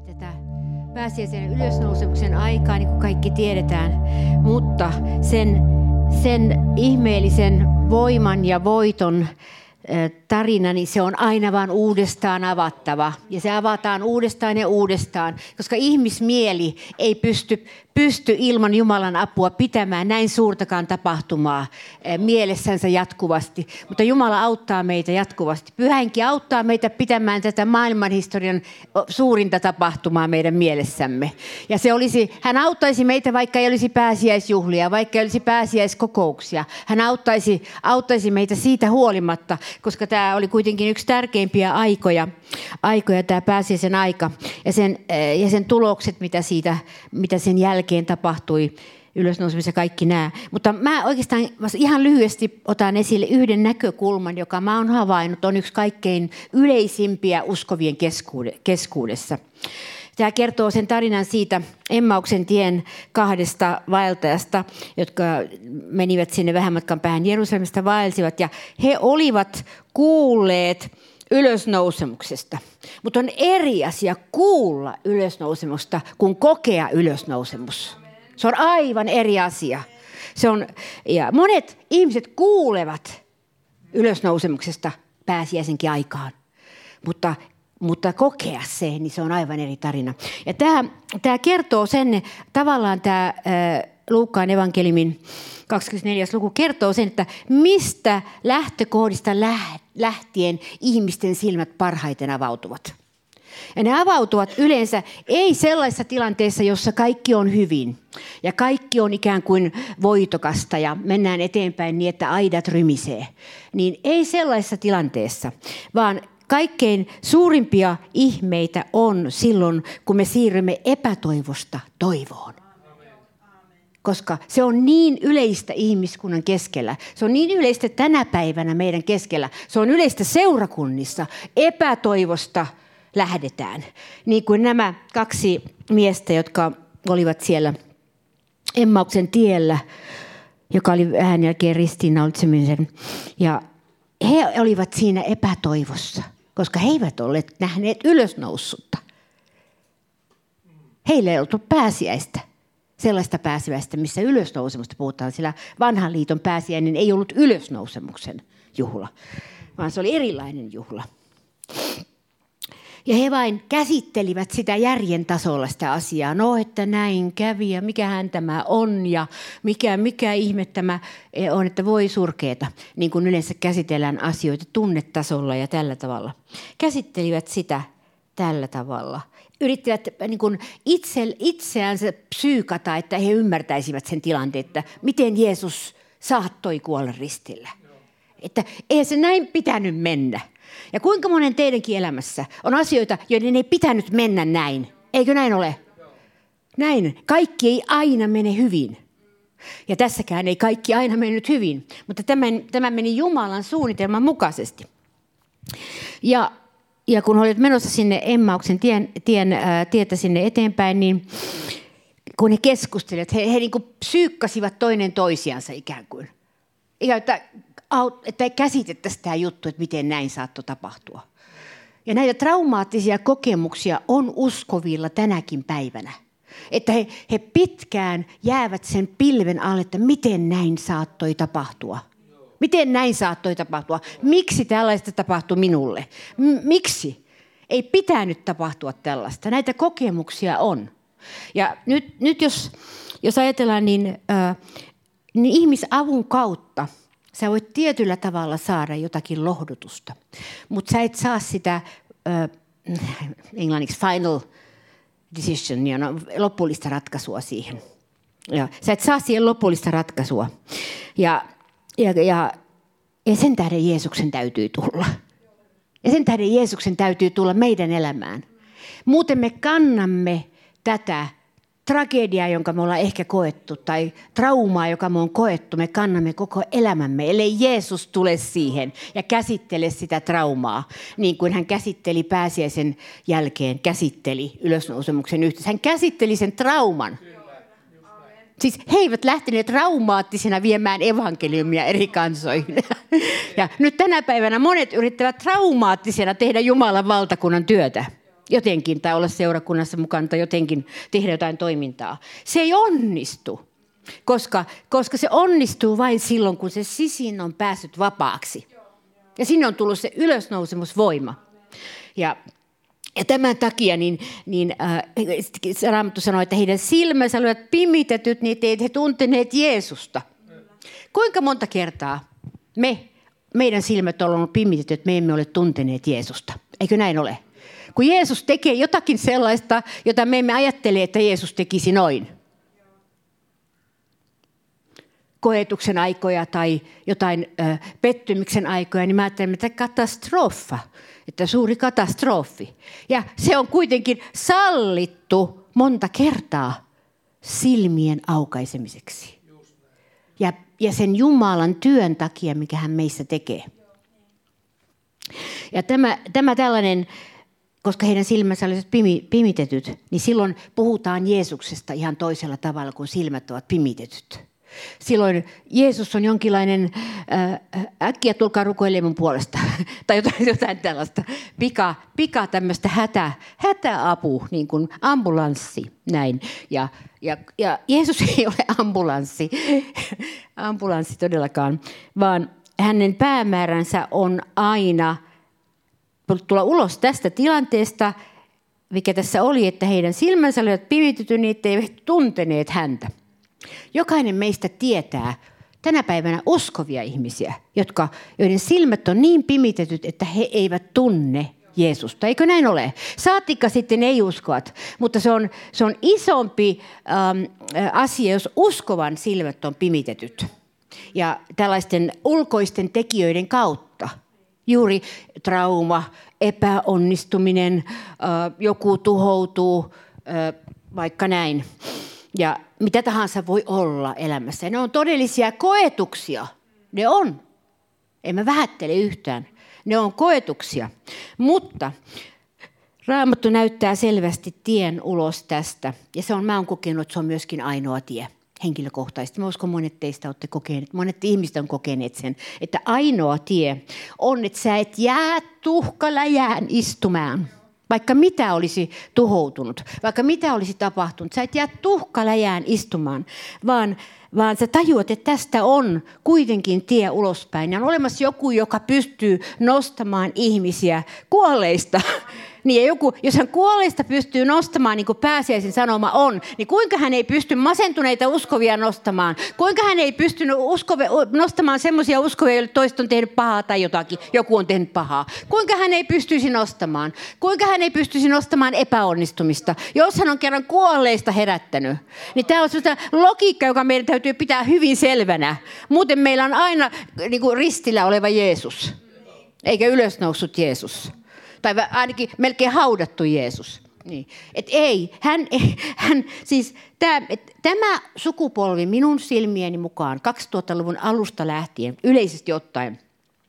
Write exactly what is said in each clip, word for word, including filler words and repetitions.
tätä pääsiäisen ylösnousemuksen aikaa, niin kuin kaikki tiedetään, mutta sen, sen ihmeellisen voiman ja voiton tarina, niin se on aina vaan uudestaan avattava. Ja se avataan uudestaan ja uudestaan, koska ihmismieli ei pysty, pysty ilman Jumalan apua pitämään näin suurtakaan tapahtumaa mielessänsä jatkuvasti. Mutta Jumala auttaa meitä jatkuvasti. Pyhä Henki auttaa meitä pitämään tätä maailmanhistorian suurinta tapahtumaa meidän mielessämme. Ja se olisi, hän auttaisi meitä, vaikka ei olisi pääsiäisjuhlia, vaikka ei olisi pääsiäiskokouksia. Hän auttaisi, auttaisi meitä siitä huolimatta, koska tämä oli kuitenkin yksi tärkeimpiä aikoja, aikoja tämä pääsiäisen aika ja sen, ja sen tulokset, mitä, siitä, mitä sen jälkeen tapahtui, ylösnousemissa kaikki nämä. Mutta mä oikeastaan ihan lyhyesti otan esille yhden näkökulman, joka mä oon havainnut, on yksi kaikkein yleisimpiä uskovien keskuudessa. Tämä kertoo sen tarinan siitä Emmauksen tien kahdesta vaeltajasta, jotka menivät sinne vähän matkan päähän Jerusalemista, vaelsivat ja he olivat kuulleet ylösnousemuksesta. Mutta on eri asia kuulla ylösnousemusta kuin kokea ylösnousemus. Se on aivan eri asia. Se on, ja monet ihmiset kuulevat ylösnousemuksesta pääsiäisenkin aikaan, mutta Mutta kokea se, niin se on aivan eri tarina. Ja tämä, tämä kertoo sen, tavallaan tämä Luukkaan evankeliumin kaksikymmentäneljäs luku kertoo sen, että mistä lähtökohdista lähtien ihmisten silmät parhaiten avautuvat. Ja ne avautuvat yleensä ei sellaisessa tilanteessa, jossa kaikki on hyvin ja kaikki on ikään kuin voitokasta ja mennään eteenpäin niin, että aidat rymisee. Niin ei sellaisessa tilanteessa, vaan kaikkein suurimpia ihmeitä on silloin, kun me siirrymme epätoivosta toivoon. Koska se on niin yleistä ihmiskunnan keskellä. Se on niin yleistä tänä päivänä meidän keskellä. Se on yleistä seurakunnissa. Epätoivosta lähdetään. Niin kuin nämä kaksi miestä, jotka olivat siellä Emmauksen tiellä, joka oli vähän jälkeen ristiinnaulitsemisen. Ja he olivat siinä epätoivossa, koska he eivät olleet nähneet ylösnoussutta. Heillä ei ollut pääsiäistä, sellaista pääsiäistä, missä ylösnousemusta puhutaan, sillä vanhan liiton pääsiäinen ei ollut ylösnousemuksen juhla, vaan se oli erilainen juhla. Ja he vain käsittelivät sitä järjen tasolla sitä asiaa. No, että näin kävi ja mikähän tämä on ja mikä, mikä ihme tämä on, että voi surkeeta. Niin kuin yleensä käsitellään asioita tunnetasolla ja tällä tavalla. Käsittelivät sitä tällä tavalla. Yrittivät niin kuin itse, itseänsä psyykata, että he ymmärtäisivät sen tilanteen, että miten Jeesus saattoi kuolla ristillä. Että eihän se näin pitänyt mennä. Ja kuinka monen teidänkin elämässä on asioita, joiden ei pitänyt mennä näin? Eikö näin ole? Näin. Kaikki ei aina mene hyvin. Ja tässäkään ei kaikki aina mennyt hyvin. Mutta tämä, tämä meni Jumalan suunnitelman mukaisesti. Ja, ja kun olet menossa sinne Emmauksen tien, tien, ää, tietä sinne eteenpäin, niin kun he keskustelivat, he, he niin kuin psyykkasivat toinen toisiansa ikään kuin. Ikään, että että ei käsitettäisi tämä juttu, että miten näin saattoi tapahtua. Ja näitä traumaattisia kokemuksia on uskovilla tänäkin päivänä. Että he, he pitkään jäävät sen pilven alle, että miten näin saattoi tapahtua. Miten näin saattoi tapahtua? Miksi tällaista tapahtui minulle? M- miksi? Ei pitänyt tapahtua tällaista. Näitä kokemuksia on. Ja nyt, nyt jos, jos ajatellaan, niin, äh, niin ihmisavun kautta sä voit tietyllä tavalla saada jotakin lohdutusta, mutta sä et saa sitä äh, englanniksi final decision, you know, lopullista ratkaisua siihen. Ja, sä et saa siihen lopullista ratkaisua. Ja, ja, ja, ja sen tähden Jeesuksen täytyy tulla. Ja sen tähden Jeesuksen täytyy tulla meidän elämään. Muuten me kannamme tätä tragediaa, jonka me ollaan ehkä koettu, tai traumaa, joka me on koettu, me kannamme koko elämämme, ellei Jeesus tule siihen ja käsittele sitä traumaa, niin kuin hän käsitteli pääsiäisen jälkeen, käsitteli ylösnousemuksen yhteydessä. Hän käsitteli sen trauman. Siis he eivät lähteneet traumaattisina viemään evankeliumia eri kansoihin. Ja nyt tänä päivänä monet yrittävät traumaattisena tehdä Jumalan valtakunnan työtä. jotenkin tai olla seurakunnassa mukana tai jotenkin tehdä jotain toimintaa. Se ei onnistu, koska, koska se onnistuu vain silloin, kun se sisin on päässyt vapaaksi. Ja sinne on tullut se ylösnousemusvoima. Ja, ja tämän takia niin, niin, äh, Raamattu sanoi, että heidän silmänsä olivat pimitetyt, niin eivät he tunteneet Jeesusta. Kuinka monta kertaa me, meidän silmät on ollut pimitetyt, me emme ole tunteneet Jeesusta? Eikö näin ole? Kun Jeesus tekee jotakin sellaista, jota me emme ajattele, että Jeesus tekisi noin. Koetuksen aikoja tai jotain ö, pettymyksen aikoja, niin mä ajattelen, että katastrofa, että suuri katastrofi. Ja se on kuitenkin sallittu monta kertaa silmien aukaisemiseksi. Ja, ja sen Jumalan työn takia, mikä hän meissä tekee. Ja tämä, tämä tällainen, koska heidän silmänsä olisivat pimitetyt, niin silloin puhutaan Jeesuksesta ihan toisella tavalla, kun silmät ovat pimitetyt. Silloin Jeesus on jonkinlainen, äh, äkkiä tulkaa rukoilemaan mun puolesta, tai jotain, jotain tällaista, pika, pika tämmöistä hätä, hätäapu, niin kuin ambulanssi, näin. Ja, ja, ja Jeesus ei ole ambulanssi, ambulanssi todellakaan, vaan hänen päämääränsä on aina tulla ulos tästä tilanteesta, mikä tässä oli, että heidän silmänsä olivat pimitetty, niin eivät tunteneet häntä. Jokainen meistä tietää tänä päivänä uskovia ihmisiä, jotka, joiden silmät on niin pimitetyt, että he eivät tunne Jeesusta. Eikö näin ole? Saatikka sitten ei uskovat, mutta se on, se on isompi ähm, asia, jos uskovan silmät on pimitetyt. Ja tällaisten ulkoisten tekijöiden kautta. Juuri trauma, epäonnistuminen, äh, joku tuhoutuu, äh, vaikka näin. Ja mitä tahansa voi olla elämässä. Ne on todellisia koetuksia. Ne on. En mä vähättele yhtään. Ne on koetuksia. Mutta Raamattu näyttää selvästi tien ulos tästä. Ja se on, mä oon kokenut, että se on myöskin ainoa tie henkilökohtaisesti. Mä uskon, monet teistä olette kokeneet, monet ihmiset on kokeneet sen, että ainoa tie on, että sä et jää tuhkaläjään istumaan. Vaikka mitä olisi tuhoutunut, vaikka mitä olisi tapahtunut, sä et jää tuhkaläjään istumaan, vaan, vaan sä tajuat, että tästä on kuitenkin tie ulospäin. Ja on olemassa joku, joka pystyy nostamaan ihmisiä kuolleista. Niin ja joku, jos hän kuolleista pystyy nostamaan, niin kuin pääsiäisen sanoma on, niin kuinka hän ei pysty masentuneita uskovia nostamaan? Kuinka hän ei pystynyt uskove, nostamaan semmoisia uskovia, joille toiset on tehnyt pahaa tai jotakin, joku on tehnyt pahaa? Kuinka hän ei pystyisi nostamaan? Kuinka hän ei pystyisi nostamaan epäonnistumista, jos hän on kerran kuolleista herättänyt? Niin tämä on sellaista logiikka, joka meidän täytyy pitää hyvin selvänä. Muuten meillä on aina niin kuin ristillä oleva Jeesus, eikä ylösnoussut Jeesus. Tai ainakin melkein haudattu Jeesus. Niin. Et ei, hän, hän siis tämä, tämä sukupolvi minun silmieni mukaan kaksituhattaluvun alusta lähtien yleisesti ottaen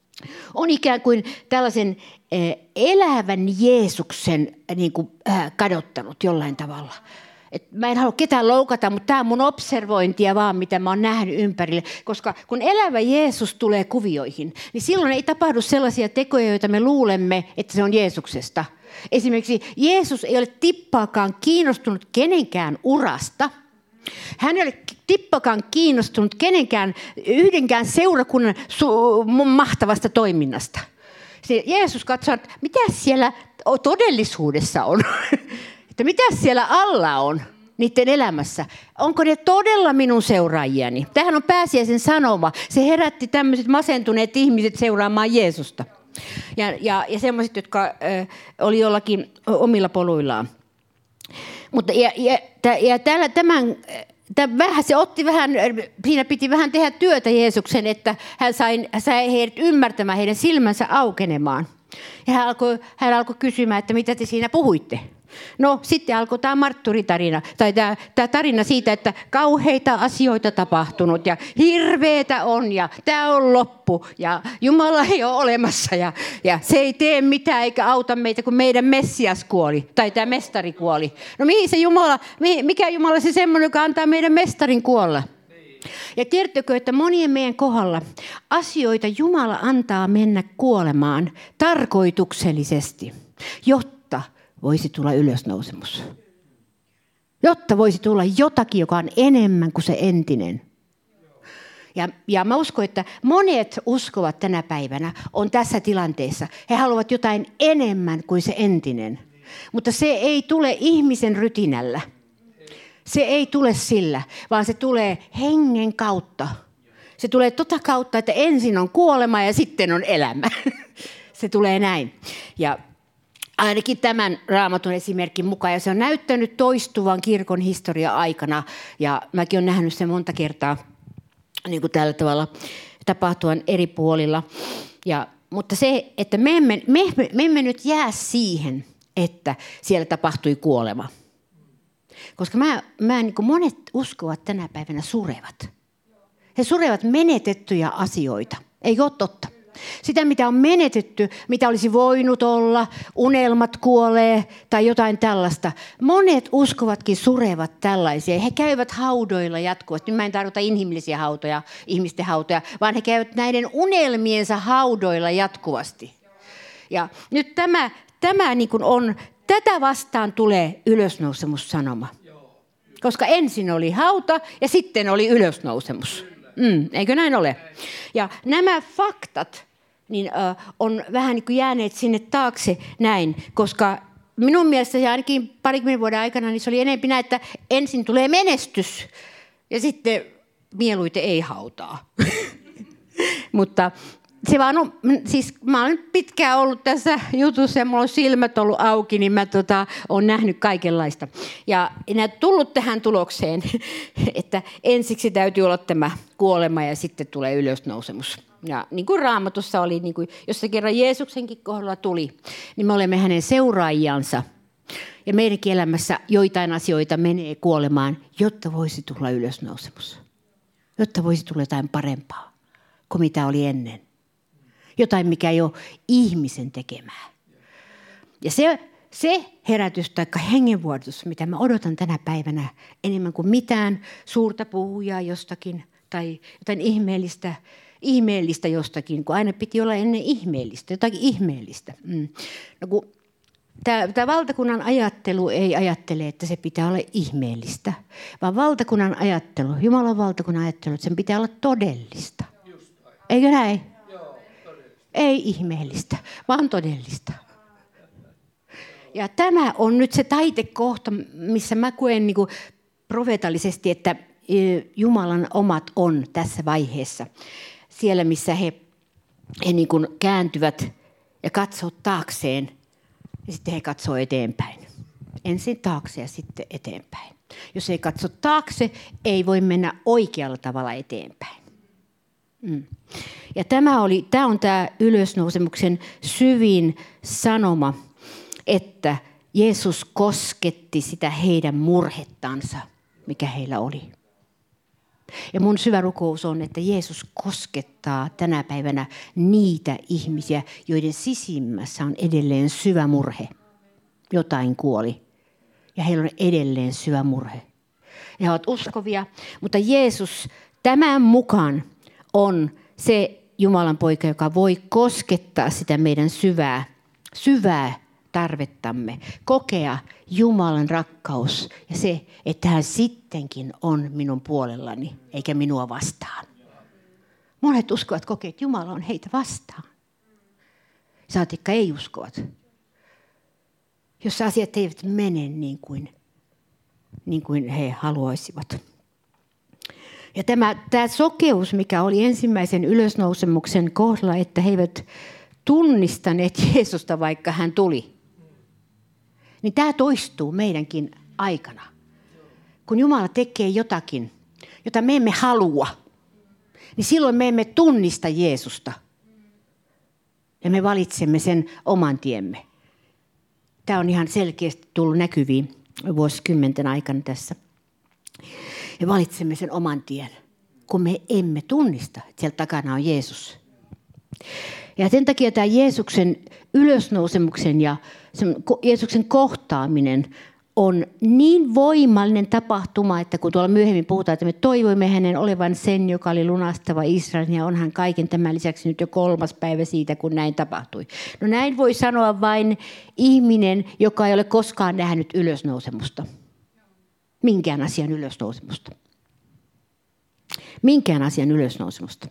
on ikään kuin tällaisen eh, elävän Jeesuksen niin kuin, äh, kadottanut jollain tavalla. Et mä en halua ketään loukata, mutta tämä on mun observointia vaan, mitä mä oon nähnyt ympärille. Koska kun elävä Jeesus tulee kuvioihin, niin silloin ei tapahdu sellaisia tekoja, joita me luulemme, että se on Jeesuksesta. Esimerkiksi Jeesus ei ole tippaakaan kiinnostunut kenenkään urasta. Hän ei ole tippakaan kiinnostunut kenenkään, yhdenkään seurakunnan su- mahtavasta toiminnasta. Se Jeesus katsoo, että mitä siellä todellisuudessa on. Että mitä siellä alla on niiden elämässä? Onko ne todella minun seuraajiani? Tämähän on pääsiäisen sanoma. Se herätti tämmöiset masentuneet ihmiset seuraamaan Jeesusta. Ja, ja, ja semmoiset, jotka ö, oli jollakin omilla poluillaan. Mutta ja, ja, ja täällä tämän, tämän vähän, se otti vähän, siinä piti vähän tehdä työtä Jeesuksen, että hän sai, sai heidät ymmärtämään, heidän silmänsä aukenemaan. Ja hän alkoi, hän alkoi kysymään, että mitä te siinä puhuitte. No sitten alkoi tämä martturitarina, tai tämä, tämä tarina siitä, että kauheita asioita tapahtunut ja hirveetä on ja tämä on loppu ja Jumala ei ole olemassa ja, ja se ei tee mitään eikä auta meitä, kun meidän Messias kuoli tai tämä mestari kuoli. No mihin se Jumala, mikä Jumala se semmoinen, joka antaa meidän mestarin kuolla? Ja tiedättekö, että monien meidän kohdalla asioita Jumala antaa mennä kuolemaan tarkoituksellisesti, jotta voisi tulla ylösnousemus. Jotta voisi tulla jotakin, joka on enemmän kuin se entinen. Ja, ja mä uskon, että monet uskovat tänä päivänä on tässä tilanteessa. He haluavat jotain enemmän kuin se entinen. Mutta se ei tule ihmisen rytinällä. Se ei tule sillä, vaan se tulee hengen kautta. Se tulee tota kautta, että ensin on kuolema ja sitten on elämä. Se tulee näin. Ja ainakin tämän Raamatun esimerkin mukaan. Ja se on näyttänyt toistuvan kirkon historian aikana. Ja mäkin olen nähnyt sen monta kertaa niin kuin tällä tavalla tapahtuvan eri puolilla. Ja, mutta se, että me emme, me, me emme nyt jää siihen, että siellä tapahtui kuolema. Koska mä, mä, niin kuin monet uskovat tänä päivänä surevat. He surevat menetettyjä asioita. Eikö ole totta? Sitä, mitä on menetetty, mitä olisi voinut olla, unelmat kuolee tai jotain tällaista. Monet uskovatkin surevat tällaisia. He käyvät haudoilla jatkuvasti. Nyt mä en tarkoita inhimillisiä hautoja, ihmisten hautoja, vaan he käyvät näiden unelmiensa haudoilla jatkuvasti. Ja nyt tämä, tämä niin kuin on, tätä vastaan tulee ylösnousemussanoma. Koska ensin oli hauta ja sitten oli ylösnousemus. Mm, eikö näin ole? Ja nämä faktat niin, äh, on vähän niin kuin jääneet sinne taakse näin, koska minun mielestä ainakin parikymmenen vuoden aikana niin se oli enemmän näin, että ensin tulee menestys ja sitten mieluiten ei hautaa. Mutta se vaan on, siis mä olen pitkään ollut tässä jutussa ja mulla on silmät ollut auki, niin mä tota, olen nähnyt kaikenlaista. Ja en tullut tähän tulokseen, että ensiksi täytyy olla tämä kuolema ja sitten tulee ylösnousemus. Ja niin kuin Raamatussa oli, niin kuin, jos se kerran Jeesuksenkin kohdalla tuli, niin me olemme hänen seuraajansa. Ja meidänkin elämässä joitain asioita menee kuolemaan, jotta voisi tulla ylösnousemus. Jotta voisi tulla jotain parempaa kuin mitä oli ennen. Jotain, mikä ei ole ihmisen tekemää. Ja se, se herätys tai hengenvuodatus, mitä mä odotan tänä päivänä enemmän kuin mitään suurta puhujaa jostakin tai jotain ihmeellistä, ihmeellistä jostakin, kun aina piti olla ennen ihmeellistä, jotakin ihmeellistä. Mm. No kun tämä, tämä valtakunnan ajattelu ei ajattele, että se pitää olla ihmeellistä, vaan valtakunnan ajattelu, Jumalan valtakunnan ajattelu, että sen pitää olla todellista. Eikö näin? Ei ihmeellistä, vaan todellista. Ja tämä on nyt se taitekohta, missä mä koen niin kuin profeetallisesti, että Jumalan omat on tässä vaiheessa. Siellä, missä he, he niin kuin kääntyvät ja katsoo taakseen ja sitten he katsoo eteenpäin. Ensin taakse ja sitten eteenpäin. Jos ei katso taakse, ei voi mennä oikealla tavalla eteenpäin. Mm. Ja tämä, oli, tämä on tämä ylösnousemuksen syvin sanoma, että Jeesus kosketti sitä heidän murhettansa, mikä heillä oli. Ja mun syvä rukous on, että Jeesus koskettaa tänä päivänä niitä ihmisiä, joiden sisimmässä on edelleen syvä murhe. Jotain kuoli ja heillä on edelleen syvä murhe. He ovat uskovia, mutta Jeesus tämän mukaan on se Jumalan poika, joka voi koskettaa sitä meidän syvää, syvää tarvettamme, kokea Jumalan rakkaus ja se, että hän sittenkin on minun puolellani, eikä minua vastaan. Monet uskovat kokea, että Jumala on heitä vastaan. Saatikka ei uskovat. Jos asiat eivät mene niin kuin, niin kuin he haluaisivat. Ja tämä, tämä sokeus, mikä oli ensimmäisen ylösnousemuksen kohdalla, että he eivät tunnistaneet Jeesusta, vaikka hän tuli. Niin tämä toistuu meidänkin aikana. Kun Jumala tekee jotakin, jota me emme halua, niin silloin me emme tunnista Jeesusta. Ja me valitsemme sen oman tiemme. Tämä on ihan selkeästi tullut näkyviin vuosikymmenten aikana tässä. Ja valitsemme sen oman tien, kun me emme tunnista, että siellä takana on Jeesus. Ja sen takia tämä Jeesuksen ylösnousemuksen ja Jeesuksen kohtaaminen on niin voimallinen tapahtuma, että kun tuolla myöhemmin puhutaan, että me toivoimme hänen olevan sen, joka oli lunastava Israelin, ja onhan kaiken tämän lisäksi nyt jo kolmas päivä siitä, kun näin tapahtui. No näin voi sanoa vain ihminen, joka ei ole koskaan nähnyt ylösnousemusta. Minkään asian ylösnousemusta. Minkään asian ylösnousemusta.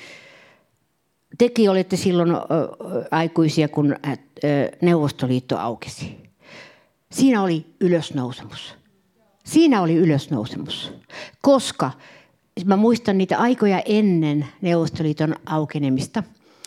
Tekin olette silloin ö, aikuisia, kun ö, Neuvostoliitto aukesi. Siinä oli ylösnousemus. Siinä oli ylösnousemus. Koska, mä muistan niitä aikoja ennen Neuvostoliiton aukenemista,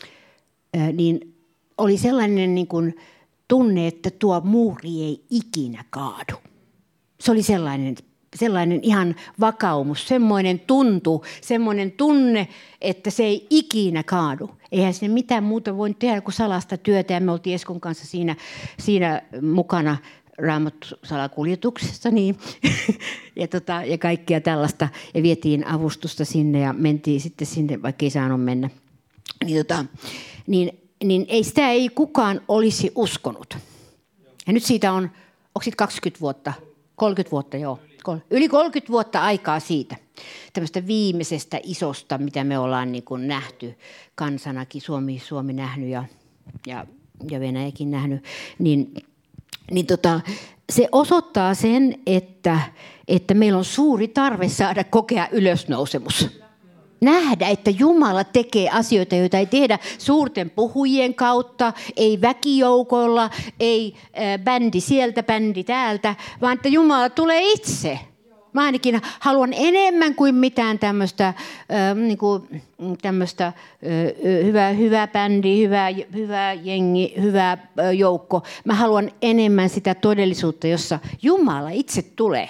niin oli sellainen niin kuin tunne, että tuo muuri ei ikinä kaadu. Se oli sellainen, sellainen ihan vakaumus, semmoinen tuntu, semmoinen tunne, että se ei ikinä kaadu. Eihän sinne mitään muuta voi tehdä kuin salasta työtä, ja me oltiin Eskon kanssa siinä, siinä mukana Raamattu-salakuljetuksessa niin. ja, tota, ja kaikkea tällaista. Ja vietiin avustusta sinne ja mentiin sitten sinne, vaikka ei saanut mennä. Niin, tota, niin, niin ei sitä ei kukaan olisi uskonut. Ja nyt siitä on, onko siitä kaksikymmentä vuotta? kolmekymmentä vuotta, joo. Yli kolmekymmentä vuotta aikaa siitä. Tämmöistä viimeisestä isosta, mitä me ollaan niin kuin nähty kansanakin, Suomi, Suomi nähnyt ja, ja, ja Venäjäkin nähnyt, niin Niin tota, se osoittaa sen, että, että meillä on suuri tarve saada kokea ylösnousemus. Nähdä, että Jumala tekee asioita, joita ei tehdä suurten puhujien kautta, ei väkijoukolla, ei äh, bändi sieltä, bändi täältä, vaan että Jumala tulee itse. Mä ainakin haluan enemmän kuin mitään tämmöistä, äh, niin kuin, tämmöistä äh, hyvä, hyvä bändi, hyvä, hyvä jengi, hyvä äh, joukko. Mä haluan enemmän sitä todellisuutta, jossa Jumala itse tulee.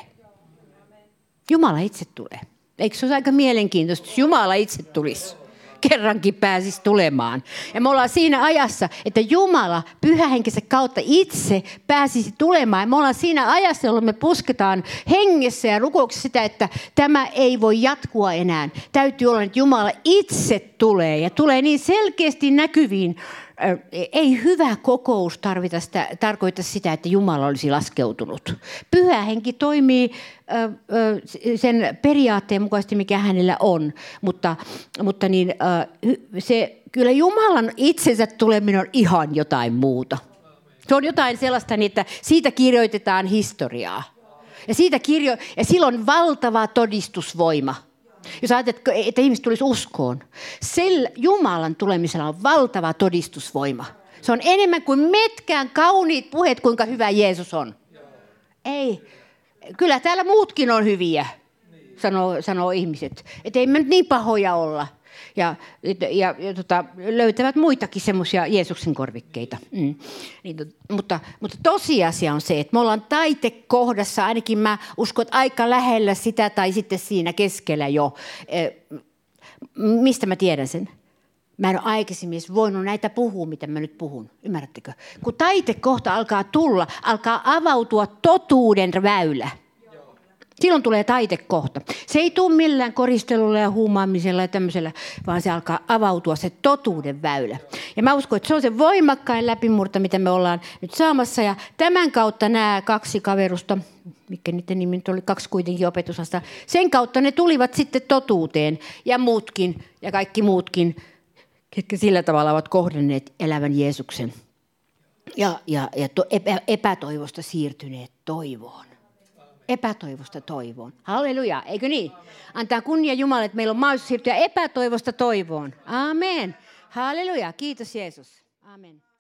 Jumala itse tulee. Eikö se ole aika mielenkiintoista, jos Jumala itse tulisi? Kerrankin pääsisi tulemaan. Ja me ollaan siinä ajassa, että Jumala pyhähenkensä kautta itse pääsisi tulemaan. Ja me ollaan siinä ajassa, jolloin me pusketaan hengessä ja rukouksessa sitä, että tämä ei voi jatkua enää. Täytyy olla, että Jumala itse tulee ja tulee niin selkeästi näkyviin. Ei hyvä kokous tarvita sitä, tarkoita sitä, että Jumala olisi laskeutunut. Pyhä henki toimii sen periaatteen mukaisesti, mikä hänellä on, mutta, mutta niin, se, kyllä Jumalan itsensä tuleminen on ihan jotain muuta. Se on jotain sellaista, että siitä kirjoitetaan historiaa. Ja, siitä kirjo, ja silloin on valtava todistusvoima. Jos ajattelet, että ihmiset tulisi uskoon, sillä Jumalan tulemisella on valtava todistusvoima. Se on enemmän kuin metkään kauniit puheet, kuinka hyvä Jeesus on. Ei. Kyllä täällä muutkin on hyviä, sanoo, sanoo ihmiset. Että ei me nyt niin pahoja olla. Ja, ja, ja tota, löytävät muitakin semmoisia Jeesuksen korvikkeita. Mm. Niin, mutta, mutta tosiasia on se, että me ollaan taitekohdassa, ainakin mä uskon, että aika lähellä sitä tai sitten siinä keskellä jo. Mistä mä tiedän sen? Mä en ole aikaisemmin voinut näitä puhua, mitä mä nyt puhun. Ymmärrättekö? Kun taitekohta alkaa tulla, alkaa avautua totuuden väylä. Silloin tulee taitekohta. Se ei tule millään koristelulla ja huumaamisella ja tämmöisellä, vaan se alkaa avautua se totuuden väylä. Ja mä uskon, että se on se voimakkain läpimurto, mitä me ollaan nyt saamassa. Ja tämän kautta nämä kaksi kaverusta, mikä niiden nimi nyt oli, kaksi kuitenkin opetusasta, sen kautta ne tulivat sitten totuuteen. Ja muutkin, ja kaikki muutkin, ketkä sillä tavalla ovat kohdanneet elävän Jeesuksen. Ja, ja, ja to, epä, epätoivosta siirtyneet toivoon. Epätoivosta toivoon. Halleluja, eikö niin? Antaa kunnia Jumalalle, että meillä on mahdollisuus siirtyä epätoivosta toivoon. Amen. Halleluja, kiitos Jeesus. Amen.